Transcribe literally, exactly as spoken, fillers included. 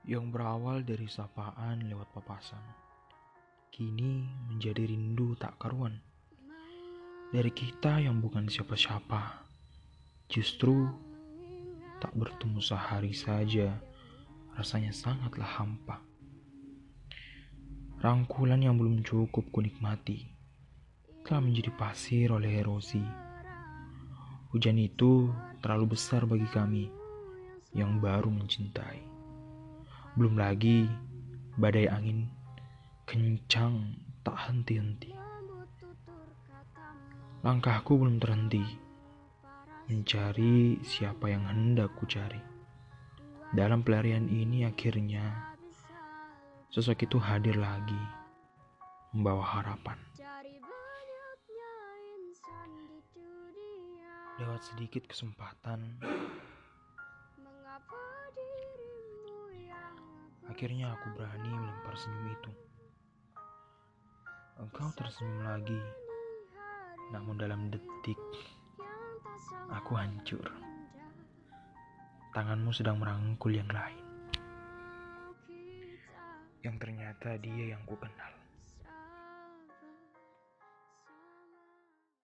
yang berawal dari sapaan lewat papasan, kini menjadi rindu tak karuan. Dari kita yang bukan siapa-siapa, justru tak bertemu sehari saja, rasanya sangatlah hampa. Rangkulan yang belum cukup kunikmati telah menjadi pasir oleh erosi. Hujan itu terlalu besar bagi kami yang baru mencintai. Belum lagi badai angin kencang tak henti-henti. Langkahku belum terhenti mencari siapa yang hendak ku cari. Dalam pelarian ini akhirnya sosok itu hadir lagi, membawa harapan. Lewat sedikit kesempatan, akhirnya aku berani melempar senyum itu. Engkau tersenyum lagi, namun dalam detik aku hancur. Tanganmu sedang merangkul yang lain, yang ternyata dia yang ku kenal.